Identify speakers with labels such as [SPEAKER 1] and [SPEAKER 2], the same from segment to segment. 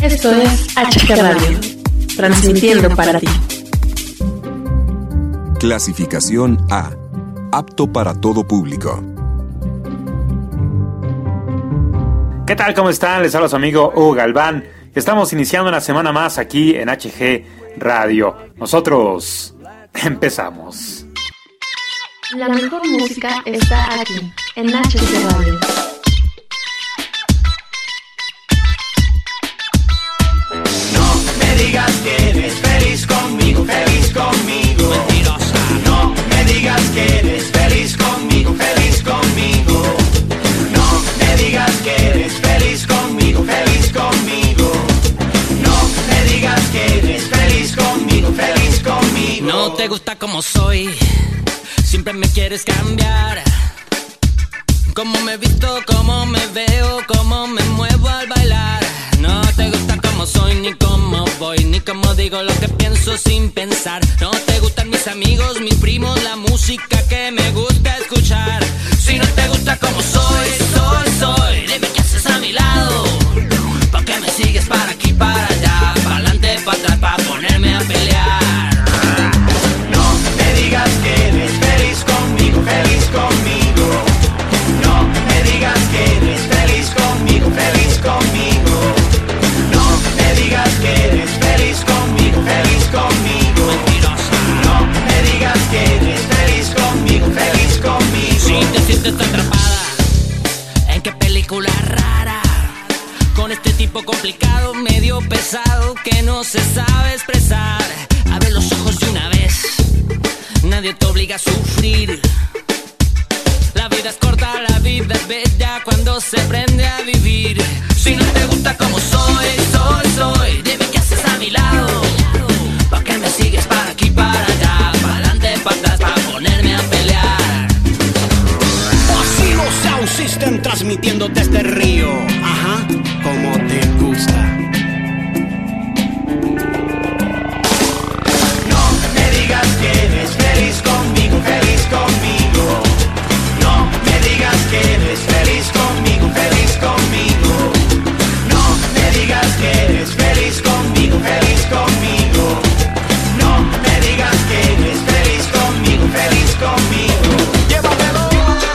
[SPEAKER 1] Esto es HG Radio, transmitiendo para ti.
[SPEAKER 2] Clasificación A. Apto para todo público.
[SPEAKER 3] ¿Qué tal? ¿Cómo están? Les habla su amigo Hugo Galván. Estamos iniciando una semana más aquí en HG Radio. Nosotros empezamos.
[SPEAKER 1] La mejor música está aquí, en HG Radio.
[SPEAKER 4] No me digas que eres feliz conmigo, mentirosa. No me digas que eres feliz conmigo, No me digas que eres feliz conmigo, No me digas que eres feliz conmigo,
[SPEAKER 5] No te gusta como soy, siempre me quieres cambiar. Cómo me visto, cómo me veo, cómo me muevo al bailar. No te gusta como soy, ni cómo voy, ni cómo digo lo que pienso sin pensar. No te gustan mis amigos, mis primos, la música que me gusta escuchar. Si no te gusta como soy, dime qué haces a mi lado. ¿Por qué me sigues para aquí, para allá, para adelante, para atrás, para ponerme a pelear?
[SPEAKER 4] No me digas que eres feliz conmigo, No me digas que eres feliz conmigo, No me digas que eres feliz conmigo,
[SPEAKER 5] Mentirosa.
[SPEAKER 4] No me digas que eres feliz conmigo,
[SPEAKER 5] Si te sientes atrapada, ¿en qué película rara? Con este tipo complicado, medio pesado, que no se sabe expresar. Abre los ojos de una vez, nadie te obliga a sufrir. La vida es corta, la vida es bella cuando se aprende a vivir. Si no te gusta como soy, dime qué haces a mi lado. ¿Por qué me sigues para aquí, para allá, para adelante, para atrás, para ponerme a pelear?
[SPEAKER 6] Asilo Sound System transmitiendo desde Río. Ajá, como te gusta.
[SPEAKER 4] No me digas que eres feliz conmigo, No me digas que eres feliz conmigo, No me digas que eres feliz conmigo, No me digas que eres feliz conmigo, Llévatelo.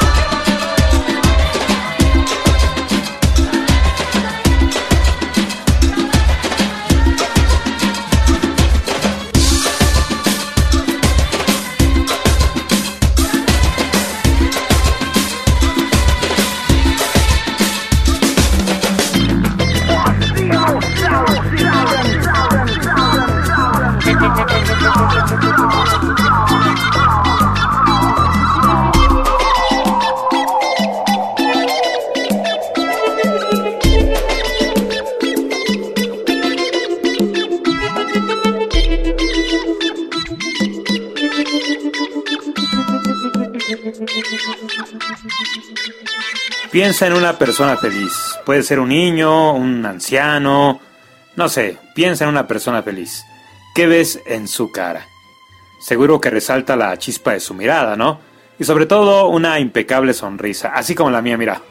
[SPEAKER 3] Piensa en una persona feliz. Puede ser un niño, un anciano, no sé. Piensa en una persona feliz. ¿Qué ves en su cara? Seguro que resalta la chispa de su mirada, ¿no? Y sobre todo una impecable sonrisa, así como la mía, mira.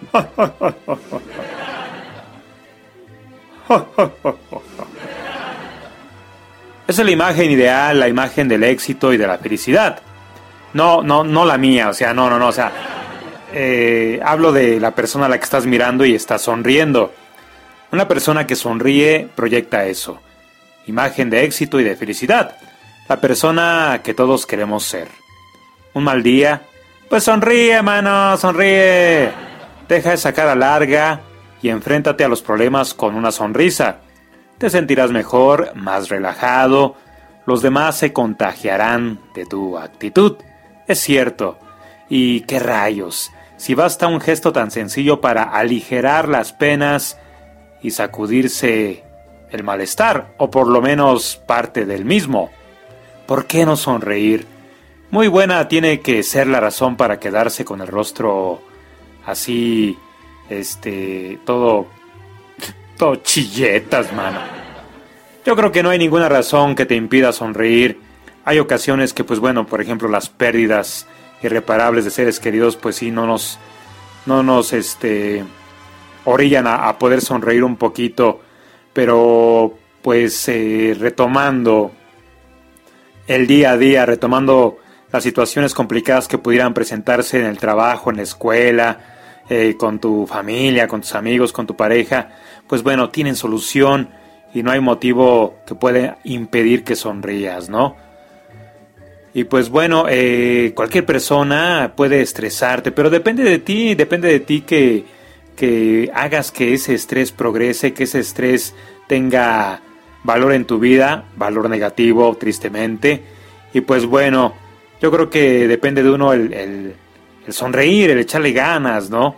[SPEAKER 3] Esa es la imagen ideal, la imagen del éxito y de la felicidad. No la mía, o sea, no, o sea, hablo de la persona a la que estás mirando y estás sonriendo. Una persona que sonríe proyecta eso, imagen de éxito y de felicidad, la persona que todos queremos ser. Un mal día, pues sonríe, mano, sonríe. Deja esa cara larga y enfréntate a los problemas con una sonrisa. Te sentirás mejor, más relajado, los demás se contagiarán de tu actitud. Es cierto, y qué rayos, si basta un gesto tan sencillo para aligerar las penas y sacudirse el malestar, o por lo menos parte del mismo. ¿Por qué no sonreír? Muy buena tiene que ser la razón para quedarse con el rostro así, todo chilletas, mano. Yo creo que no hay ninguna razón que te impida sonreír. Hay ocasiones que, pues bueno, por ejemplo, las pérdidas irreparables de seres queridos, pues sí, no nos orillan a poder sonreír un poquito. pero pues retomando el día a día, retomando las situaciones complicadas que pudieran presentarse en el trabajo, en la escuela, con tu familia, con tus amigos, con tu pareja, pues bueno, tienen solución y no hay motivo que pueda impedir que sonrías, ¿no? Y pues bueno, cualquier persona puede estresarte, pero depende de ti que hagas que ese estrés progrese, que ese estrés tenga valor en tu vida, valor negativo, tristemente. Y pues bueno, yo creo que depende de uno el sonreír, el echarle ganas, ¿no?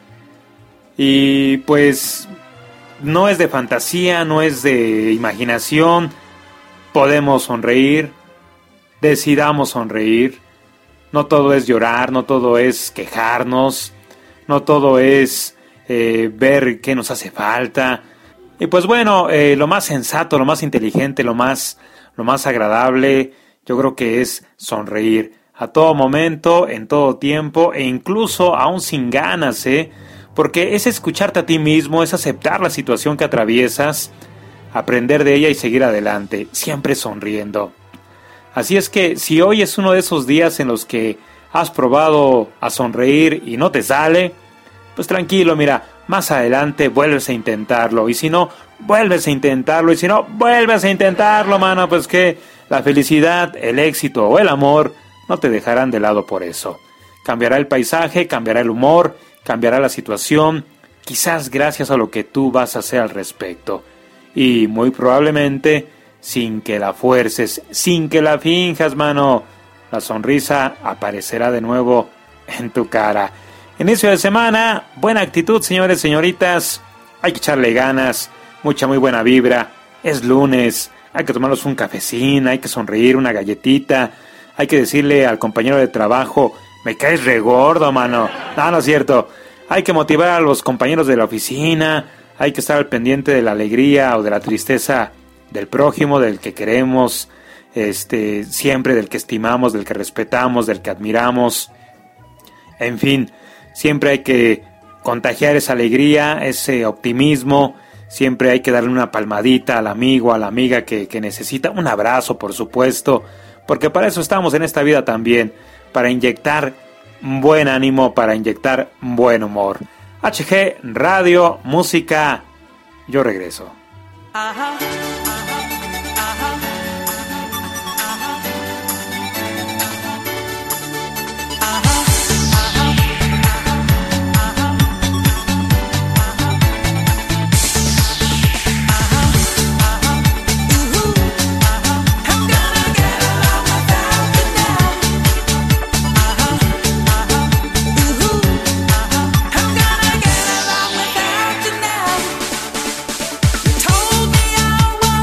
[SPEAKER 3] Y pues no es de fantasía, no es de imaginación. Podemos sonreír, decidamos sonreír. No todo es llorar, no todo es quejarnos, no todo es ver qué nos hace falta. Y pues bueno, lo más sensato, lo más inteligente, lo más agradable, yo creo que es sonreír a todo momento, en todo tiempo, e incluso aún sin ganas, porque es escucharte a ti mismo, es aceptar la situación que atraviesas, aprender de ella y seguir adelante, siempre sonriendo. Así es que si hoy es uno de esos días en los que has probado a sonreír y no te sale, pues tranquilo, mira, más adelante vuelves a intentarlo, y si no, vuelves a intentarlo, y si no, vuelves a intentarlo, mano, pues que la felicidad, el éxito o el amor no te dejarán de lado por eso. Cambiará el paisaje, cambiará el humor, cambiará la situación, quizás gracias a lo que tú vas a hacer al respecto. Y muy probablemente sin que la fuerces, sin que la finjas, mano, la sonrisa aparecerá de nuevo en tu cara. Inicio de semana, buena actitud, señores, señoritas. Hay que echarle ganas, mucha muy buena vibra. Es lunes, hay que tomarnos un cafecín, hay que sonreír, una galletita. Hay que decirle al compañero de trabajo, me caes re gordo, mano. No es cierto. Hay que motivar a los compañeros de la oficina. Hay que estar al pendiente de la alegría o de la tristeza del prójimo, del que queremos, siempre del que estimamos, del que respetamos, del que admiramos. En fin, siempre hay que contagiar esa alegría, ese optimismo. Siempre hay que darle una palmadita al amigo, a la amiga que necesita. Un abrazo, por supuesto, porque para eso estamos en esta vida también, para inyectar buen ánimo, para inyectar buen humor. HG, radio, música, yo regreso.
[SPEAKER 5] Ajá.
[SPEAKER 7] Told me I was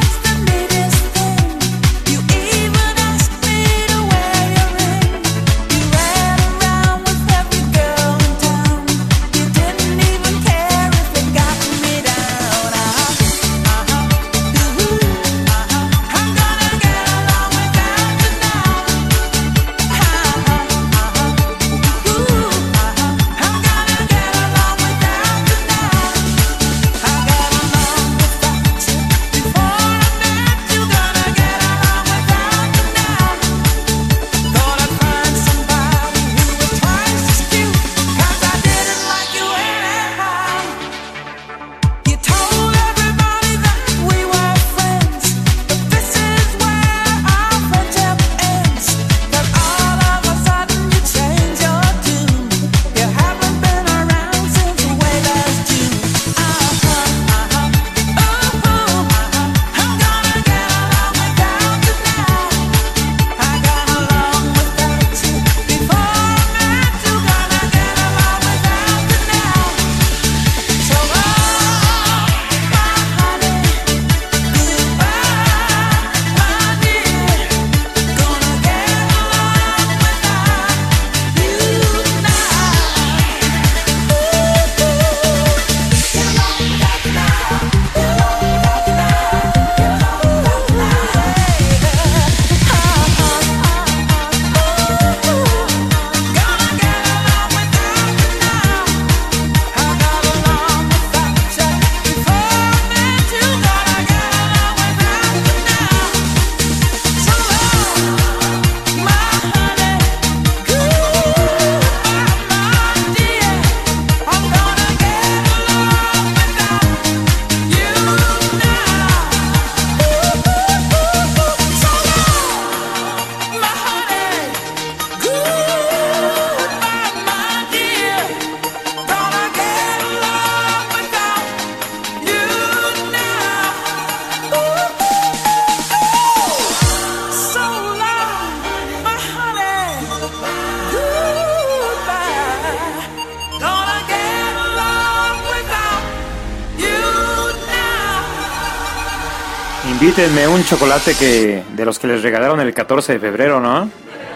[SPEAKER 3] Invítenme un chocolate de los que les regalaron el 14 de febrero, ¿no?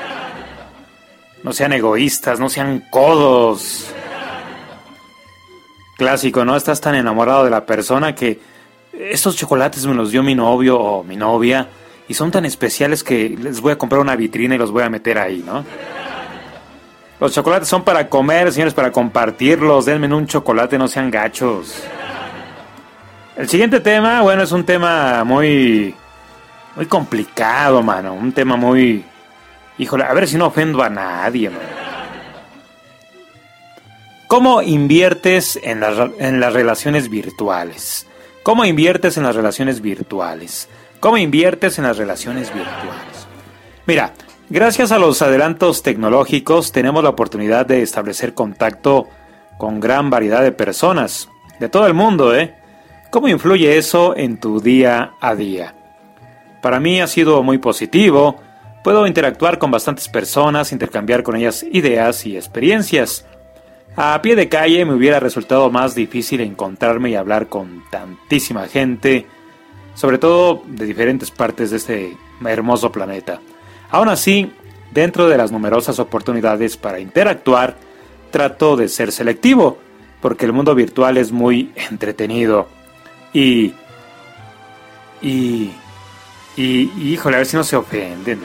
[SPEAKER 3] No sean egoístas, no sean codos. Clásico, ¿no? Estás tan enamorado de la persona que estos chocolates me los dio mi novio o mi novia y son tan especiales que les voy a comprar una vitrina y los voy a meter ahí, ¿no? Los chocolates son para comer, señores, para compartirlos. Denme un chocolate, no sean gachos. El siguiente tema, bueno, es un tema muy complicado, mano. Un tema muy... Híjole, a ver si no ofendo a nadie, mano. ¿Cómo inviertes en las relaciones virtuales? ¿Cómo inviertes en las relaciones virtuales? ¿Cómo inviertes en las relaciones virtuales? Mira, gracias a los adelantos tecnológicos tenemos la oportunidad de establecer contacto con gran variedad de personas de todo el mundo, ¿eh? ¿Cómo influye eso en tu día a día? Para mí ha sido muy positivo. Puedo interactuar con bastantes personas, intercambiar con ellas ideas y experiencias. A pie de calle me hubiera resultado más difícil encontrarme y hablar con tantísima gente, sobre todo de diferentes partes de este hermoso planeta. Aún así, dentro de las numerosas oportunidades para interactuar, trato de ser selectivo, porque el mundo virtual es muy entretenido. Y híjole, a ver si no se ofenden.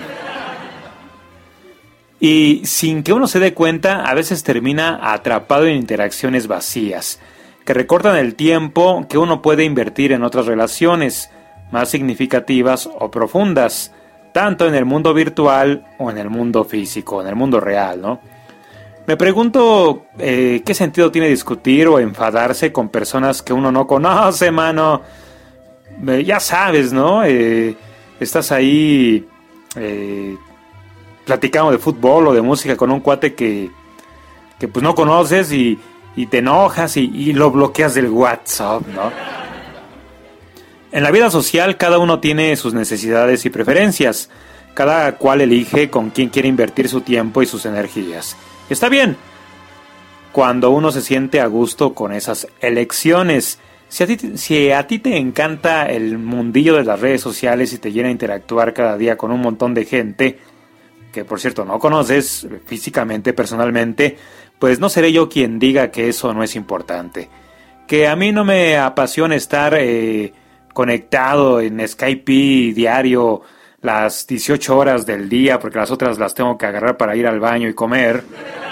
[SPEAKER 3] Y sin que uno se dé cuenta, a veces termina atrapado en interacciones vacías, que recortan el tiempo que uno puede invertir en otras relaciones más significativas o profundas, tanto en el mundo virtual o en el mundo físico, en el mundo real, ¿no? Me pregunto qué sentido tiene discutir o enfadarse con personas que uno no conoce, mano. Ya sabes, ¿no? Estás ahí platicando de fútbol o de música con un cuate que pues no conoces y te enojas y lo bloqueas del WhatsApp, ¿no? En la vida social cada uno tiene sus necesidades y preferencias. Cada cual elige con quién quiere invertir su tiempo y sus energías. Está bien, cuando uno se siente a gusto con esas elecciones. Si a ti te encanta el mundillo de las redes sociales y te llena a interactuar cada día con un montón de gente, que por cierto no conoces físicamente, personalmente, pues no seré yo quien diga que eso no es importante. Que a mí no me apasiona estar conectado en Skype diario las 18 horas del día, porque las otras las tengo que agarrar para ir al baño y comer.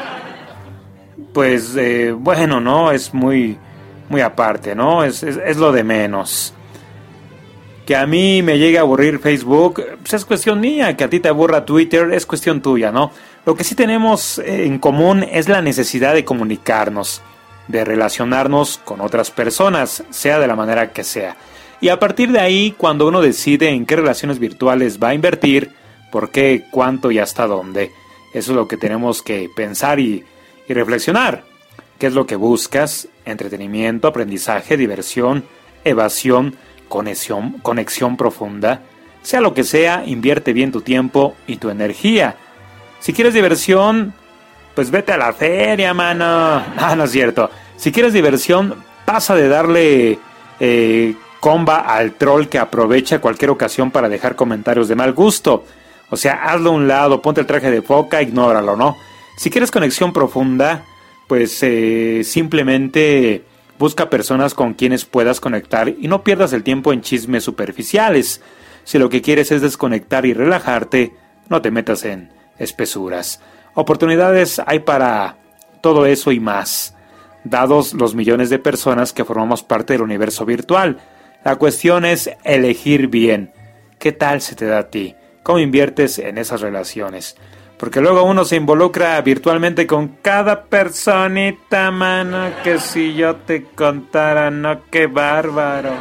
[SPEAKER 3] Pues bueno, no, es muy aparte, ¿no? Es lo de menos. Que a mí me llegue a aburrir Facebook, pues es cuestión mía. Que a ti te aburra Twitter, es cuestión tuya, ¿no? Lo que sí tenemos en común es la necesidad de comunicarnos, de relacionarnos con otras personas, sea de la manera que sea. Y a partir de ahí, cuando uno decide en qué relaciones virtuales va a invertir, por qué, cuánto y hasta dónde, eso es lo que tenemos que pensar y reflexionar. ¿Qué es lo que buscas? Entretenimiento, aprendizaje, diversión, evasión, conexión profunda. Sea lo que sea, invierte bien tu tiempo y tu energía. Si quieres diversión, pues vete a la feria, mano. No es cierto. Si quieres diversión, pasa de darle comba al troll que aprovecha cualquier ocasión para dejar comentarios de mal gusto. O sea, hazlo a un lado, ponte el traje de foca, ignóralo, ¿no? Si quieres conexión profunda, pues simplemente busca personas con quienes puedas conectar y no pierdas el tiempo en chismes superficiales. Si lo que quieres es desconectar y relajarte, no te metas en espesuras. Oportunidades hay para todo eso y más, dados los millones de personas que formamos parte del universo virtual. La cuestión es elegir bien. ¿Qué tal se te da a ti? ¿Cómo inviertes en esas relaciones? Porque luego uno se involucra virtualmente con cada personita, mano, que si yo te contara, no, qué bárbaro.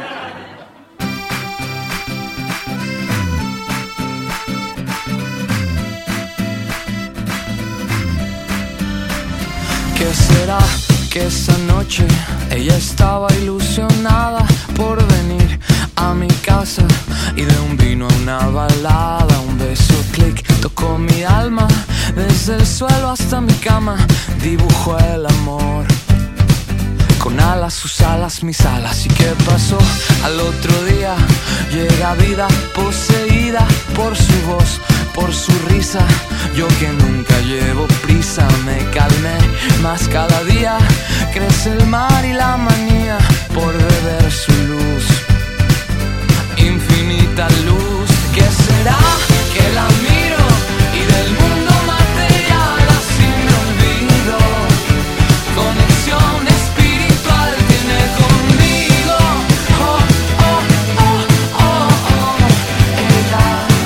[SPEAKER 7] ¿Qué será? Que esa noche ella estaba ilusionada por venir a mi casa y de un vino a una balada, un beso, clic, tocó mi alma desde el suelo hasta mi cama, dibujó el amor con alas, sus alas, mis alas. ¿Y qué pasó? Al otro día día llega vida poseída por su voz, por su risa. Yo que nunca llevo prisa me calmé más cada día. Crece el mar y la manía por beber su luz, infinita luz. ¿Qué será que la miro y del mundo material así me olvido? Conexión espiritual tiene conmigo. Oh, oh, oh, oh, oh. Ella.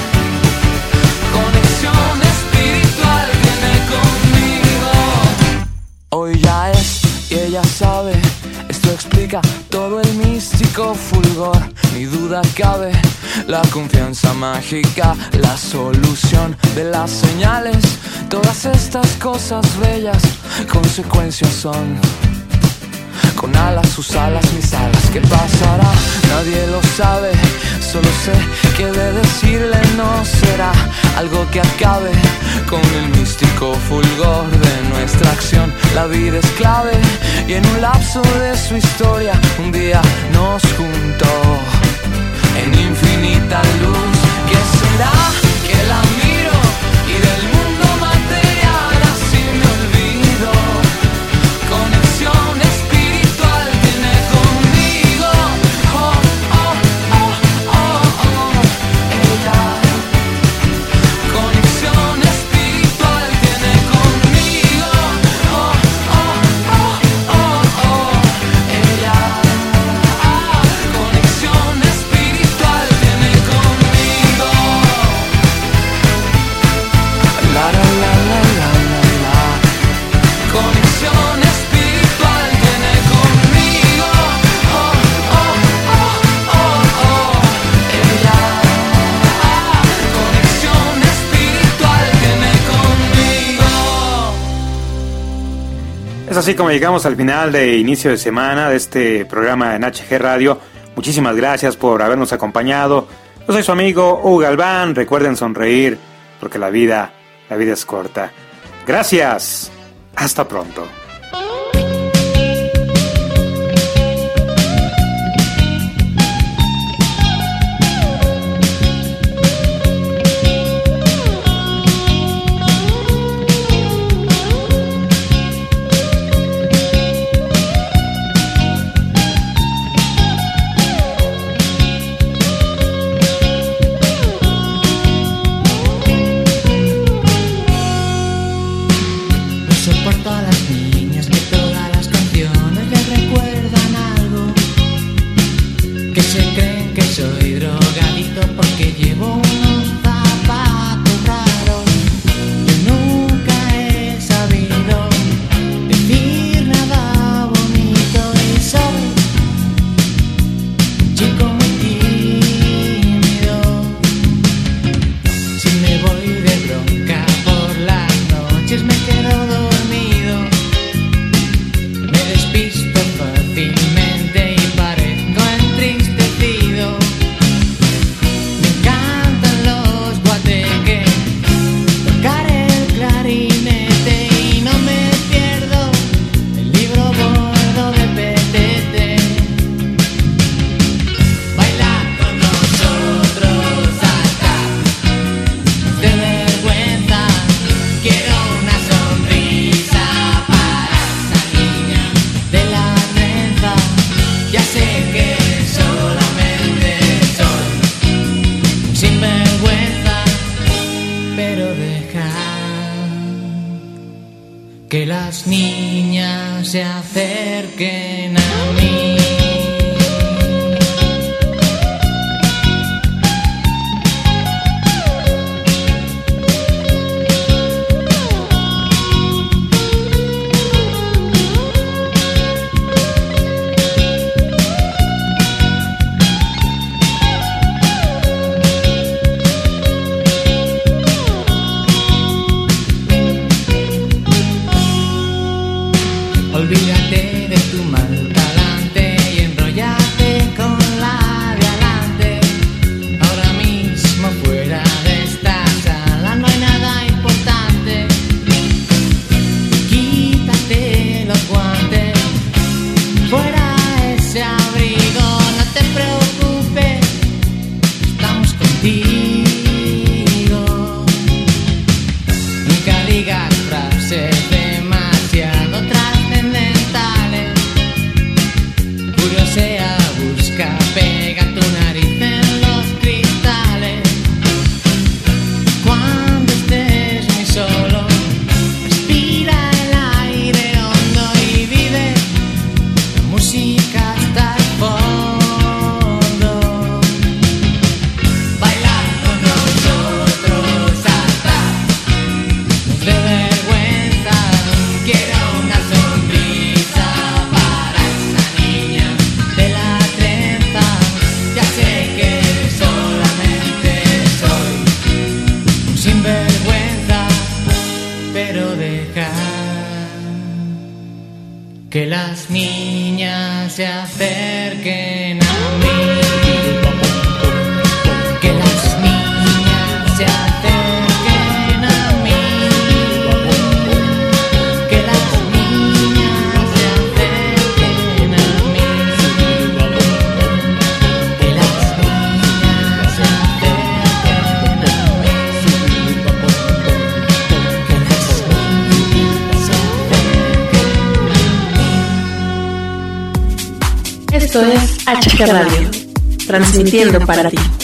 [SPEAKER 7] Conexión espiritual tiene conmigo. Hoy ya es y ella sabe. Esto explica todo el místico fulgor. Ni duda cabe. La confianza mágica, la solución de las señales. Todas estas cosas bellas, consecuencias son. Con alas, sus alas, mis alas. ¿Qué pasará? Nadie lo sabe. Solo sé que de decirle no será algo que acabe con el místico fulgor de nuestra acción. La vida es clave y en un lapso de su historia un día nos juntó en infinita luz. ¿Qué será que la miro y del mundo material así me olvido? Conexión espiritual tiene conmigo. Oh, oh, oh, oh, oh. Ella. Conexión espiritual tiene conmigo. Oh, oh, oh, oh, oh. Ella. Conexión espiritual tiene conmigo. La la la la la la la. Conexión espiritual tiene conmigo. Oh, oh, oh, oh, oh. Ella. Conexión espiritual tiene conmigo.
[SPEAKER 3] Es así como llegamos al final de inicio de semana de este programa en HG Radio. Muchísimas gracias por habernos acompañado. Yo soy su amigo Hugo Galván. Recuerden sonreír porque la vida es corta. Gracias. Hasta pronto.
[SPEAKER 5] No soporto a las niñas que todas las canciones les recuerdan algo, que se creen que soy drogadito porque llevo unos zapatos raros. Yo nunca he sabido decir nada bonito y soy un chico muy tímido. Si me voy de bronca por las noches me quedo dormido, me despisto fácilmente y parezco entristecido. Me encantan los guateques, tocar el clarinete y no me pierdo el libro gordo de Petete. Baila con nosotros hasta de vergüenza. Quiero una sonrisa para esa niña de la trenza. Ya sé que solamente soy un sinvergüenza, pero deja que las niñas se acerquen a mí. Olvídate de tu mal talante Que las niñas se acerquen a mí. Que las niñas se acerquen a mí. Que las niñas se acerquen a mí. Que las niñas se acerquen a mí. Que las niñas se acerquen a mí.
[SPEAKER 1] Esto es HG Radio, transmitiendo para ti.